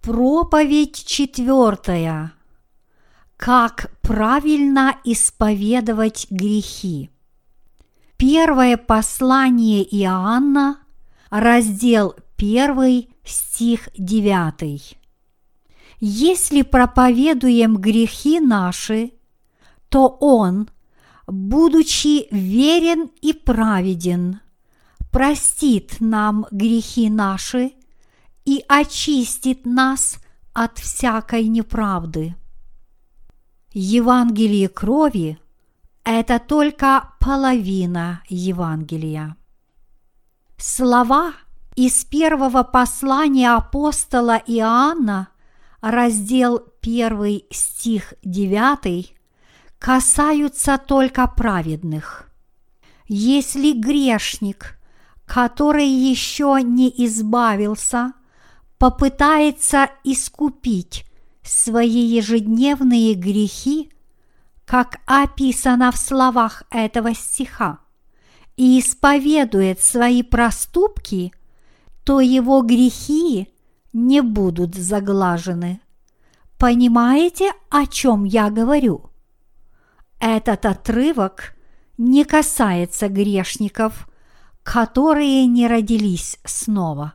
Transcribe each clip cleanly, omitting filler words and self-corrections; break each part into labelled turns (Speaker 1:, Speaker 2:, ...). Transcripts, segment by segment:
Speaker 1: Проповедь 4. Как правильно исповедовать грехи. Первое послание Иоанна, раздел 1, стих 9. Если проповедуем грехи наши, то Он, будучи верен и праведен, простит нам грехи наши и очистит нас от всякой неправды. Евангелие крови – это только половина Евангелия. Слова из первого послания апостола Иоанна, раздел 1, стих 9, касаются только праведных. Если грешник, который еще не избавился, попытается искупить свои ежедневные грехи, как описано в словах этого стиха, и исповедует свои проступки, то его грехи не будут заглажены. Понимаете, о чем я говорю? Этот отрывок не касается грешников, которые не родились снова.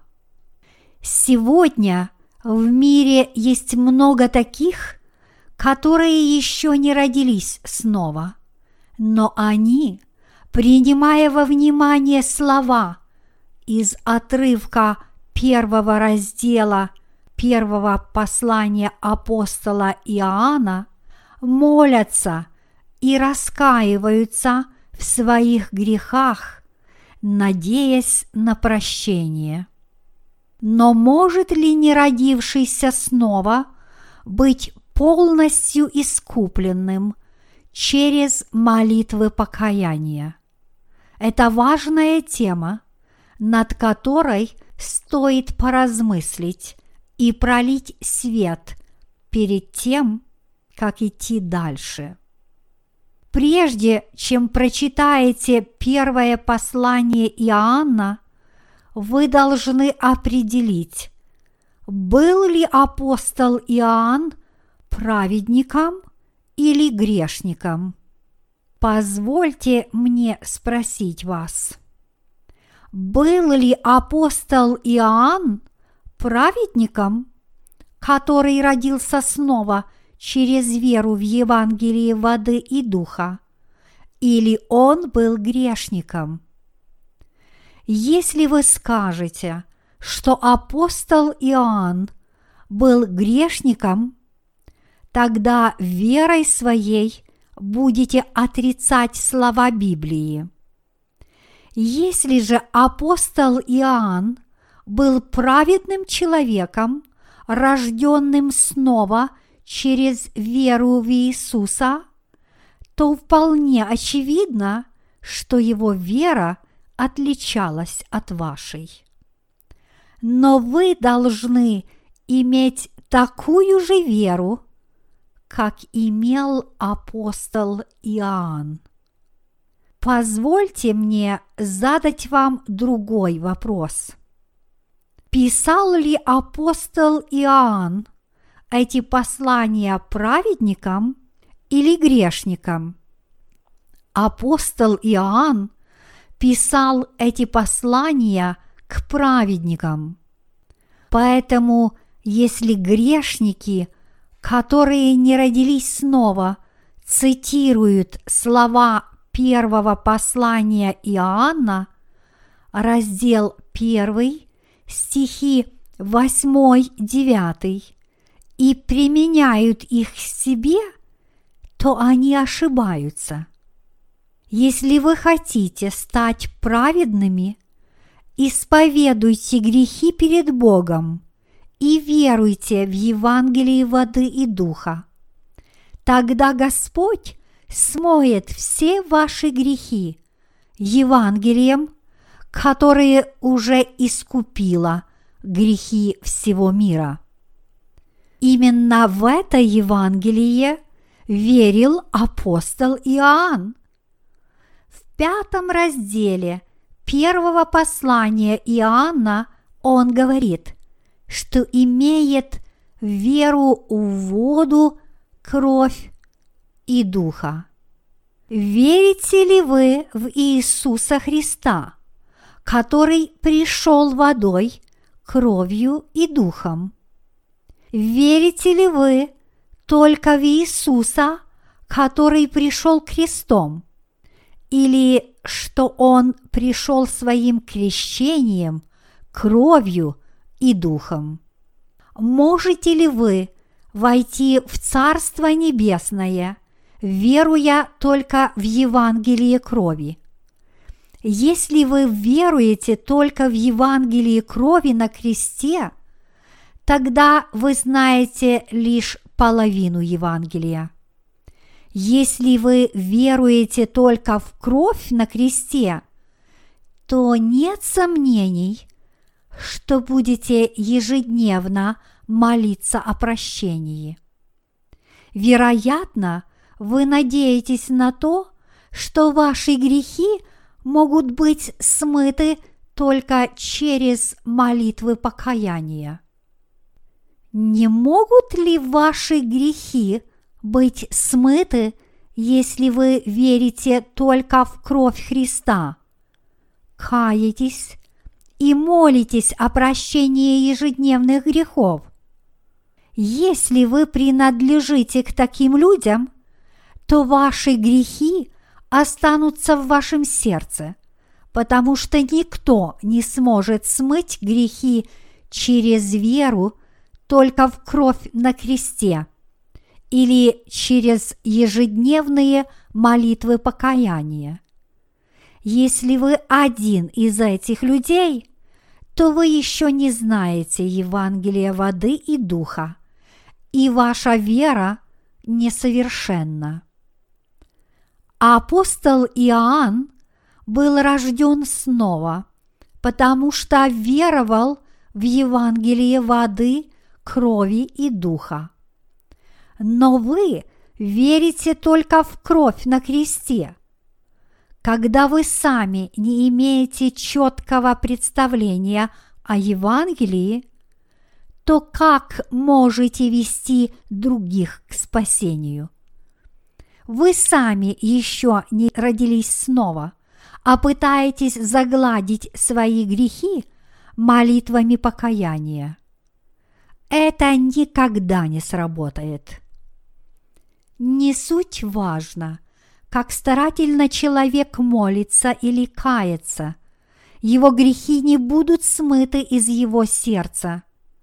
Speaker 1: Сегодня в мире есть много таких, которые еще не родились снова, но они, принимая во внимание слова из отрывка 1 раздела 1 послания апостола Иоанна, молятся и раскаиваются в своих грехах, надеясь на прощение. Но может ли неродившийся снова быть полностью искупленным через молитвы покаяния? Это важная тема, над которой стоит поразмыслить и пролить свет перед тем, как идти дальше. Прежде чем прочитаете первое послание Иоанна, вы должны определить, был ли апостол Иоанн праведником или грешником. Позвольте мне спросить вас, был ли апостол Иоанн праведником, который родился снова через веру в Евангелие воды и духа, или он был грешником? Если вы скажете, что апостол Иоанн был грешником, тогда верой своей будете отрицать слова Библии. Если же апостол Иоанн был праведным человеком, рожденным снова через веру в Иисуса, то вполне очевидно, что его вера отличалась от вашей. Но вы должны иметь такую же веру, как имел апостол Иоанн. Позвольте мне задать вам другой вопрос. Писал ли апостол Иоанн эти послания праведникам или грешникам? Апостол Иоанн писал эти послания к праведникам. Поэтому, если грешники, которые не родились снова, цитируют слова первого послания Иоанна, раздел 1, стихи 8-9, и применяют их к себе, то они ошибаются. Если вы хотите стать праведными, исповедуйте грехи перед Богом и веруйте в Евангелие воды и духа. Тогда Господь смоет все ваши грехи Евангелием, которое уже искупило грехи всего мира. Именно в это Евангелие верил апостол Иоанн. В 5 разделе 1 послания Иоанна он говорит, что имеет веру в воду, кровь и духа. Верите ли вы в Иисуса Христа, который пришел водой, кровью и духом? Верите ли вы только в Иисуса, который пришел крестом, или что Он пришел своим крещением, кровью и духом? Можете ли вы войти в Царство Небесное, веруя только в Евангелие крови? Если вы веруете только в Евангелие крови на кресте, тогда вы знаете лишь половину Евангелия. Если вы веруете только в кровь на кресте, то нет сомнений, что будете ежедневно молиться о прощении. Вероятно, вы надеетесь на то, что ваши грехи могут быть смыты только через молитвы покаяния. Не могут ли ваши грехи быть смыты, если вы верите только в кровь Христа, каетесь и молитесь о прощении ежедневных грехов? Если вы принадлежите к таким людям, то ваши грехи останутся в вашем сердце, потому что никто не сможет смыть грехи через веру только в кровь на кресте или через ежедневные молитвы покаяния. Если вы один из этих людей, то вы еще не знаете Евангелия воды и духа, и ваша вера несовершенна. Апостол Иоанн был рожден снова, потому что веровал в Евангелие воды, крови и духа. Но вы верите только в кровь на кресте. Когда вы сами не имеете четкого представления о Евангелии, то как можете вести других к спасению? Вы сами еще не родились снова, а пытаетесь загладить свои грехи молитвами покаяния. Это никогда не сработает. Не суть важно, как старательно человек молится или кается, его грехи не будут смыты из его сердца.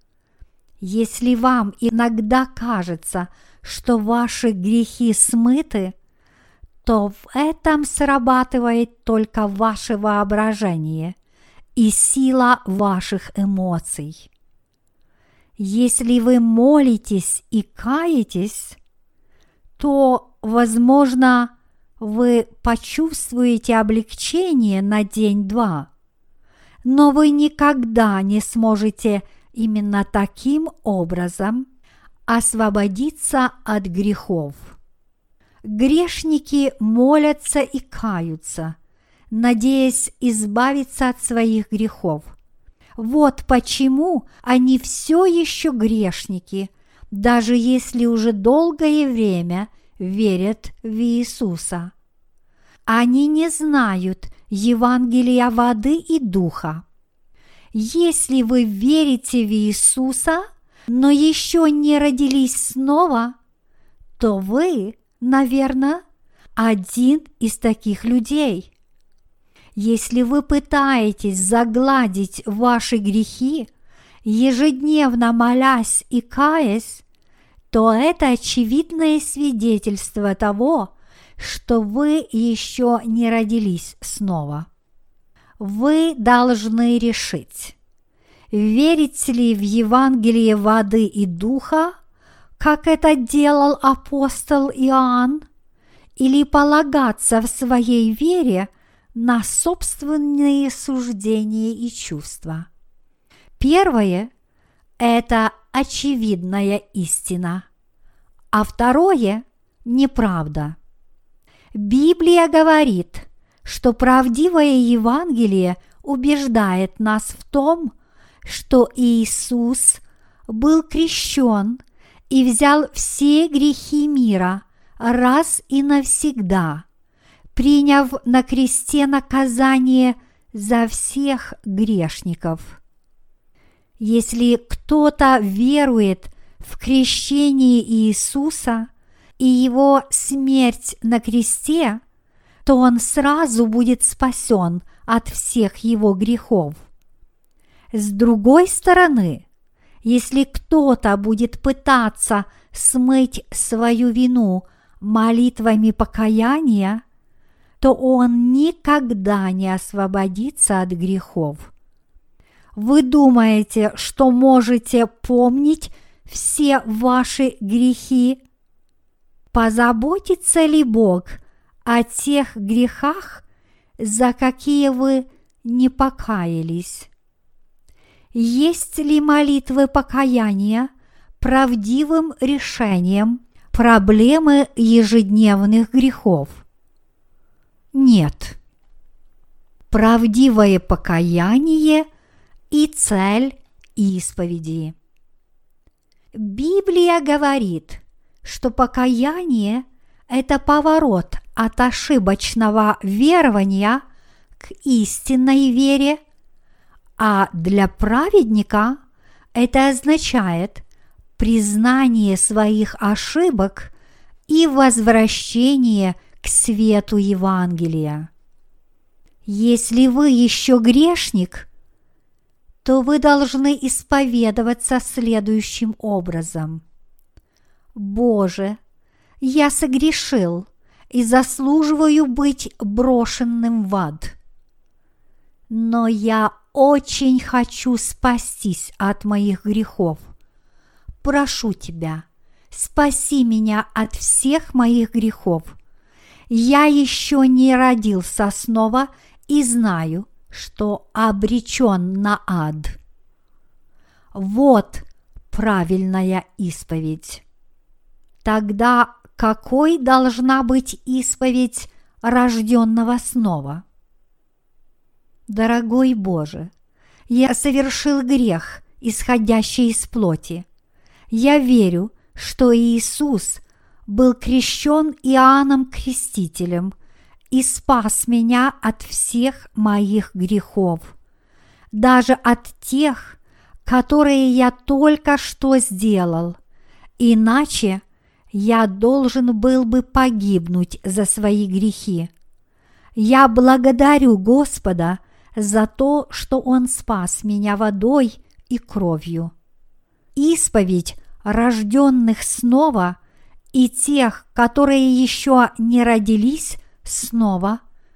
Speaker 1: Если вам иногда кажется, что ваши грехи смыты, то в этом срабатывает только ваше воображение и сила ваших эмоций. Если вы молитесь и каетесь, то, возможно, вы почувствуете облегчение на день-два, но вы никогда не сможете именно таким образом освободиться от грехов. Грешники молятся и каются, надеясь избавиться от своих грехов. Вот почему они все еще грешники, даже если уже долгое время верят в Иисуса. Они не знают Евангелия воды и духа. Если вы верите в Иисуса, но еще не родились снова, то вы, наверное, один из таких людей. Если вы пытаетесь загладить ваши грехи, ежедневно молясь и каясь, то это очевидное свидетельство того, что вы еще не родились снова. Вы должны решить, верить ли в Евангелие воды и духа, как это делал апостол Иоанн, или полагаться в своей вере на собственные суждения и чувства. Первое – это очевидная истина, а второе – неправда. Библия говорит, что правдивое Евангелие убеждает нас в том, что Иисус был крещен и взял все грехи мира раз и навсегда, приняв на кресте наказание за всех грешников. Если кто-то верует в крещение Иисуса и Его смерть на кресте, то он сразу будет спасен от всех его грехов. С другой стороны, если кто-то будет пытаться смыть свою вину молитвами покаяния, то он никогда не освободится от грехов. Вы думаете, что можете помнить все ваши грехи? Позаботится ли Бог о тех грехах, за какие вы не покаялись? Есть ли молитвы покаяния правдивым решением проблемы ежедневных грехов? Нет. Правдивое покаяние и цель исповеди. Библия говорит, что покаяние – это поворот от ошибочного верования к истинной вере, а для праведника это означает признание своих ошибок и возвращение к свету Евангелия. Если вы еще грешник, то вы должны исповедоваться следующим образом: «Боже, я согрешил и заслуживаю быть брошенным в ад. Но я очень хочу спастись от моих грехов. Прошу Тебя, спаси меня от всех моих грехов. Я еще не родился снова и знаю, что обречен на ад». Вот правильная исповедь. Тогда какой должна быть исповедь рожденного снова? Дорогой Боже, я совершил грех, исходящий из плоти. Я верю, что Иисус был крещен Иоанном Крестителем и спас меня от всех моих грехов, даже от тех, которые я только что сделал, иначе я должен был бы погибнуть за свои грехи. Я благодарю Господа за то, что Он спас меня водой и кровью. Исповедь рожденных снова и тех, которые еще не родились снова,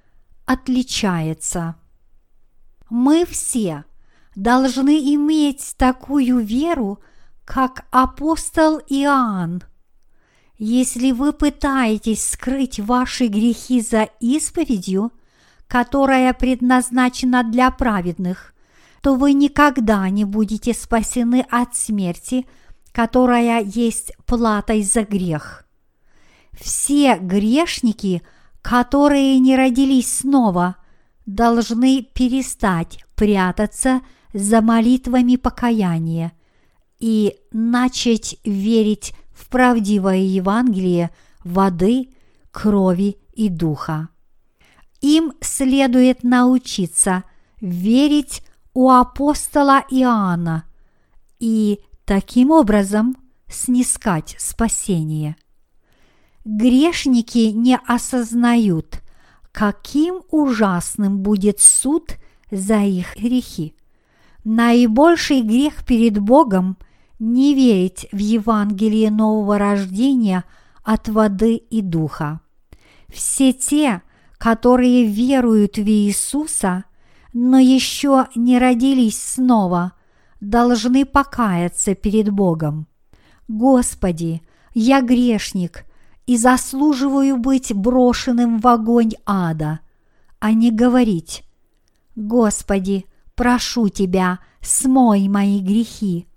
Speaker 1: отличается. Мы все должны иметь такую веру, как апостол Иоанн. Если вы пытаетесь скрыть ваши грехи за исповедью, которая предназначена для праведных, то вы никогда не будете спасены от смерти, которая есть платой за грех. Все грешники, которые не родились снова, должны перестать прятаться за молитвами покаяния и начать верить в правдивое Евангелие воды, крови и духа. Им следует научиться верить у апостола Иоанна и таким образом снискать спасение. Грешники не осознают, каким ужасным будет суд за их грехи. Наибольший грех перед Богом – не верить в Евангелие нового рождения от воды и духа. Все те, которые веруют в Иисуса, но еще не родились снова, должны покаяться перед Богом. «Господи, я грешник и заслуживаю быть брошенным в огонь ада», а не говорить: «Господи, прошу Тебя, смой мои грехи».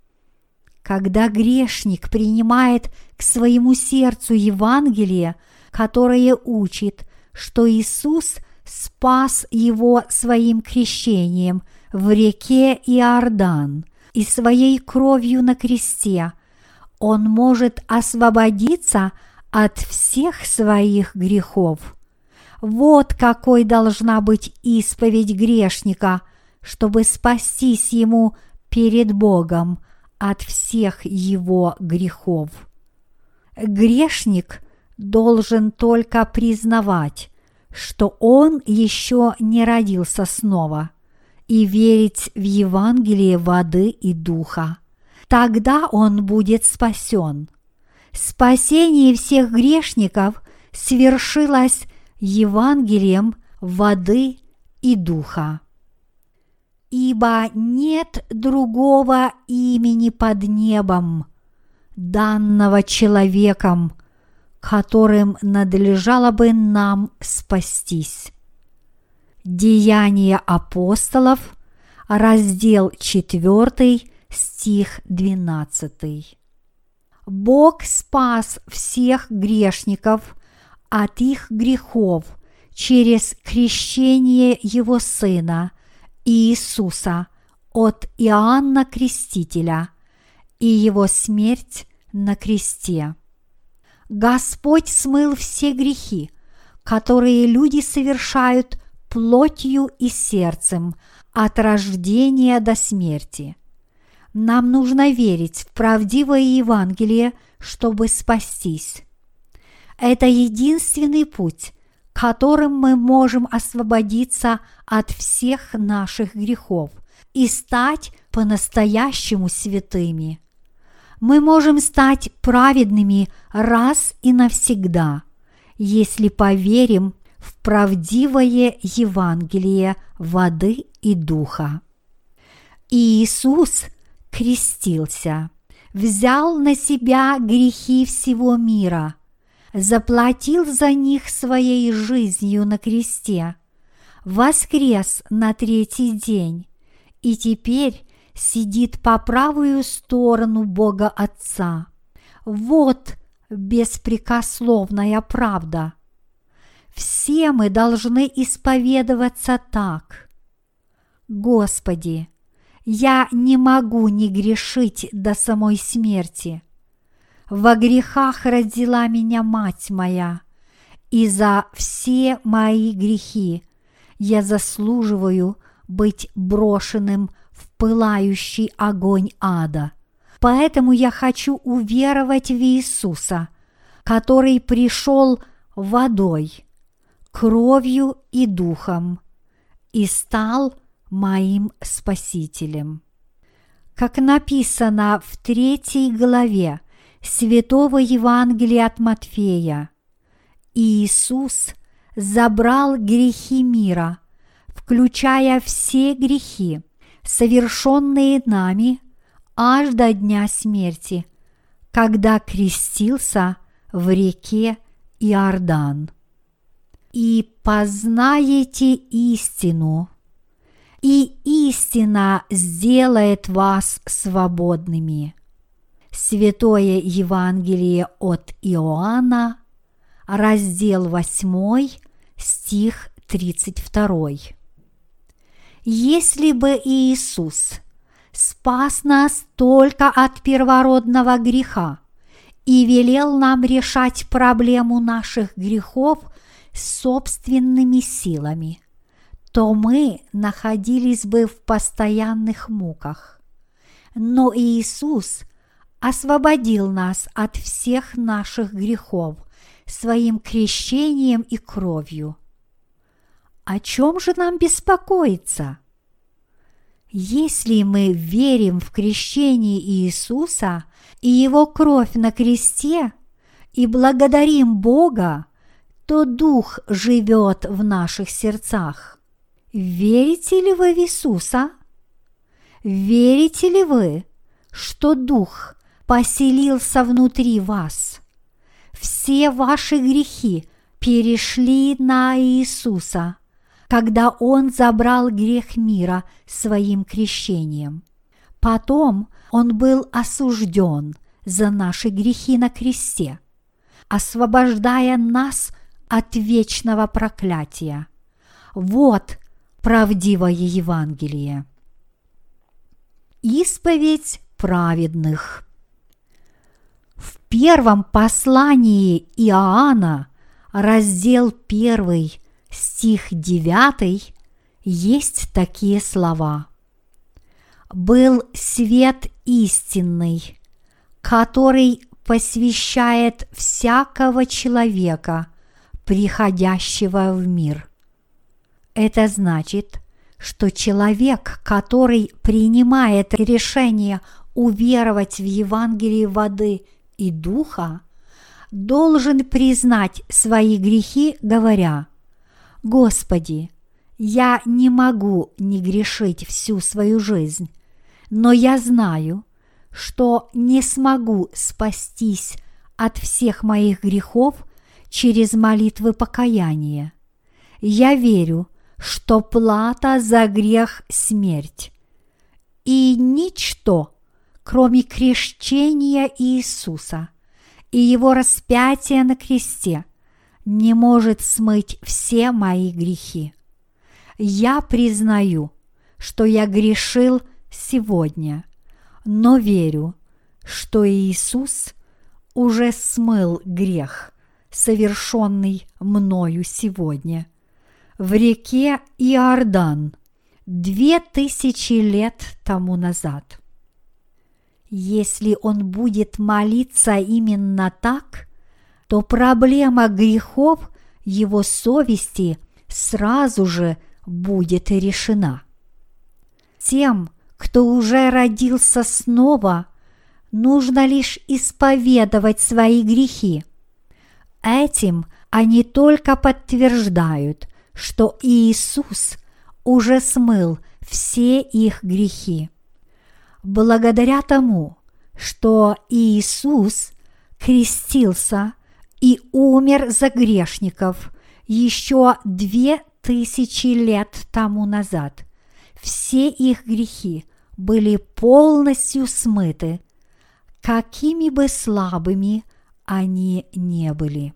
Speaker 1: Когда грешник принимает к своему сердцу Евангелие, которое учит, что Иисус спас его своим крещением в реке Иордан, и своей кровью на кресте Он может освободиться от всех своих грехов. Вот какой должна быть исповедь грешника, чтобы спастись ему перед Богом от всех его грехов. Грешник должен только признавать, что он еще не родился снова, и верить в Евангелие воды и духа. Тогда он будет спасен. Спасение всех грешников свершилось Евангелием воды и духа. Ибо нет другого имени под небом, данного человеком, которым надлежало бы нам спастись. Деяния апостолов, раздел 4, стих 12. Бог спас всех грешников от их грехов через крещение Его Сына Иисуса от Иоанна Крестителя и Его смерть на кресте. Господь смыл все грехи, которые люди совершают плотью и сердцем от рождения до смерти. Нам нужно верить в правдивое Евангелие, чтобы спастись. Это единственный путь, которым мы можем освободиться от всех наших грехов и стать по-настоящему святыми. Мы можем стать праведными раз и навсегда, если поверим в правдивое Евангелие воды и духа. Иисус крестился, взял на себя грехи всего мира, заплатил за них своей жизнью на кресте, воскрес на третий день и теперь сидит по правую сторону Бога Отца. Вот беспрекословная правда. Все мы должны исповедоваться так: Господи, я не могу не грешить до самой смерти. Во грехах родила меня мать моя, и за все мои грехи я заслуживаю быть брошенным в пылающий огонь ада. Поэтому я хочу уверовать в Иисуса, который пришел водой, кровью и духом, и стал моим Спасителем. Как написано в 3 главе Святого Евангелия от Матфея, Иисус забрал грехи мира, включая все грехи, совершенные нами аж до дня смерти, когда крестился в реке Иордан. «И познаете истину, и истина сделает вас свободными». Святое Евангелие от Иоанна, раздел 8, стих 32. Если бы Иисус спас нас только от первородного греха и велел нам решать проблему наших грехов собственными силами, то мы находились бы в постоянных муках. Но Иисус освободил нас от всех наших грехов своим крещением и кровью. О чем же нам беспокоиться? Если мы верим в крещение Иисуса и Его кровь на кресте и благодарим Бога, то Дух живет в наших сердцах. Верите ли вы в Иисуса? Верите ли вы, что Дух поселился внутри вас? Все ваши грехи перешли на Иисуса, когда Он забрал грех мира своим крещением. Потом Он был осужден за наши грехи на кресте, освобождая нас от вечного проклятия. Вот правдивое Евангелие. исповедь праведных. В первом послании Иоанна, раздел 1, стих 9, есть такие слова: «Был свет истинный, который посвящает всякого человека, приходящего в мир». Это значит, что человек, который принимает решение уверовать в Евангелие воды и духа, должен признать свои грехи, говоря: «Господи, я не могу не грешить всю свою жизнь, но я знаю, что не смогу спастись от всех моих грехов через молитвы покаяния. Я верю, что плата за грех – смерть, и ничто, кроме крещения Иисуса и Его распятия на кресте, не может смыть все мои грехи. Я признаю, что я грешил сегодня, но верю, что Иисус уже смыл грех, совершенный мною сегодня, в реке Иордан 2000 лет тому назад. Если он будет молиться именно так, то проблема грехов его совести сразу же будет решена. Тем, кто уже родился снова, нужно лишь исповедовать свои грехи. Этим они только подтверждают, что Иисус уже смыл все их грехи. Благодаря тому, что Иисус крестился и умер за грешников еще 2000 лет тому назад, все их грехи были полностью смыты, какими бы слабыми они не были.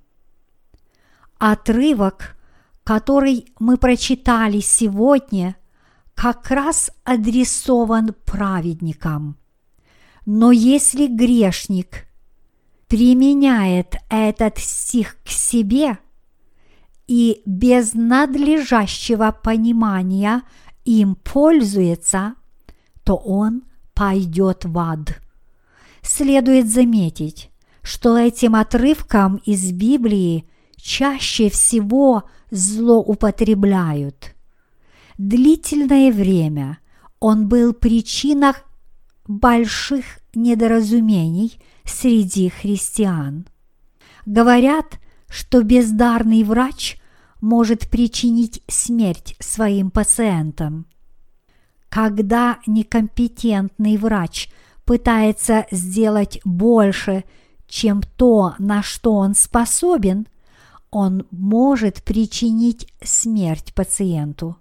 Speaker 1: Отрывок, который мы прочитали сегодня, как раз адресован праведникам. Но если грешник применяет этот стих к себе и без надлежащего понимания им пользуется, то он пойдет в ад. Следует заметить, что этим отрывком из Библии чаще всего злоупотребляют. Длительное время он был причиной больших недоразумений среди христиан. Говорят, что бездарный врач может причинить смерть своим пациентам. Когда некомпетентный врач пытается сделать больше, чем то, на что он способен, он может причинить смерть пациенту.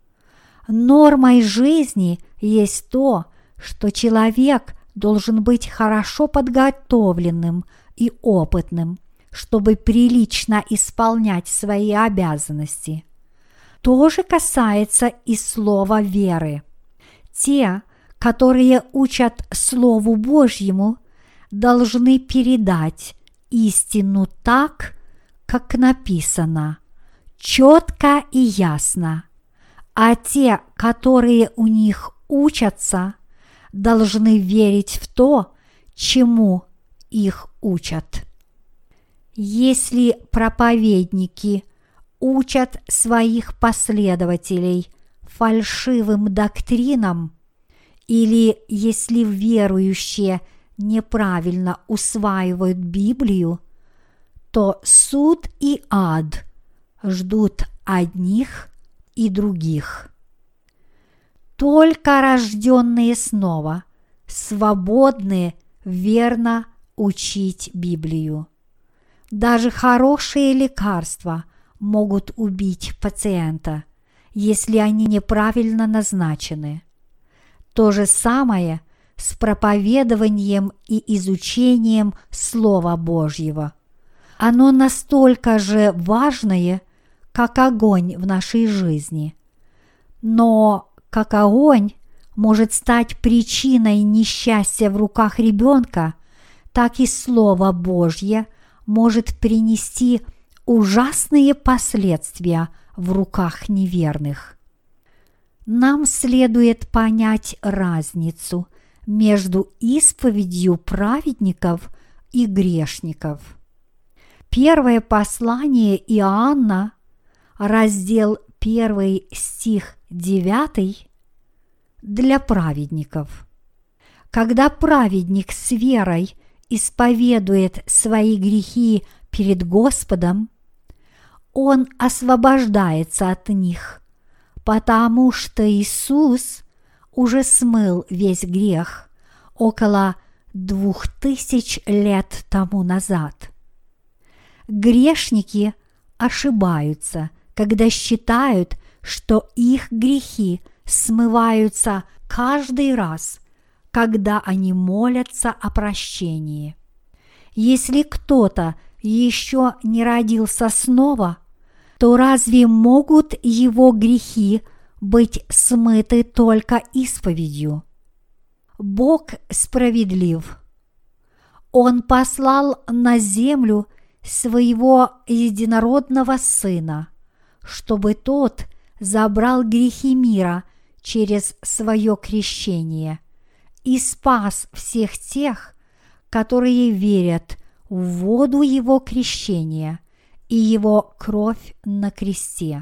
Speaker 1: Нормой жизни есть то, что человек должен быть хорошо подготовленным и опытным, чтобы прилично исполнять свои обязанности. То же касается и слова веры. Те, которые учат Слову Божьему, должны передать истину так, как написано, четко и ясно, а те, которые у них учатся, должны верить в то, чему их учат. Если проповедники учат своих последователей фальшивым доктринам, или если верующие неправильно усваивают Библию, то суд и ад ждут одних и других. Только рожденные снова свободны верно учить Библию. Даже хорошие лекарства могут убить пациента, если они неправильно назначены. То же самое с проповедованием и изучением Слова Божьего. Оно настолько же важное, как огонь в нашей жизни. Но как огонь может стать причиной несчастья в руках ребенка, так и Слово Божье может принести ужасные последствия в руках неверных. Нам следует понять разницу между исповедью праведников и грешников. Первое послание Иоанна, раздел 1, стих 9, для праведников. Когда праведник с верой исповедует свои грехи перед Господом, он освобождается от них, потому что Иисус уже смыл весь грех около 2000 лет тому назад. Грешники ошибаются, когда считают, что их грехи смываются каждый раз, когда они молятся о прощении. Если кто-то еще не родился снова, то разве могут его грехи быть смыты только исповедью? Бог справедлив. Он послал на землю своего единородного Сына, чтобы Тот забрал грехи мира через свое крещение и спас всех тех, которые верят в воду Его крещения и Его кровь на кресте.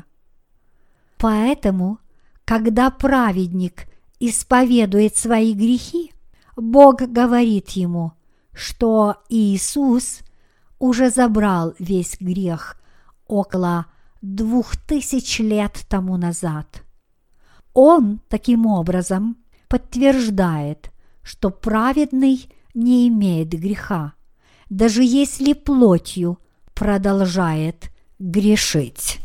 Speaker 1: Поэтому, когда праведник исповедует свои грехи, Бог говорит ему, что Иисус уже забрал весь грех около 2000 лет тому назад. Он таким образом подтверждает, что праведный не имеет греха, даже если плотью продолжает грешить.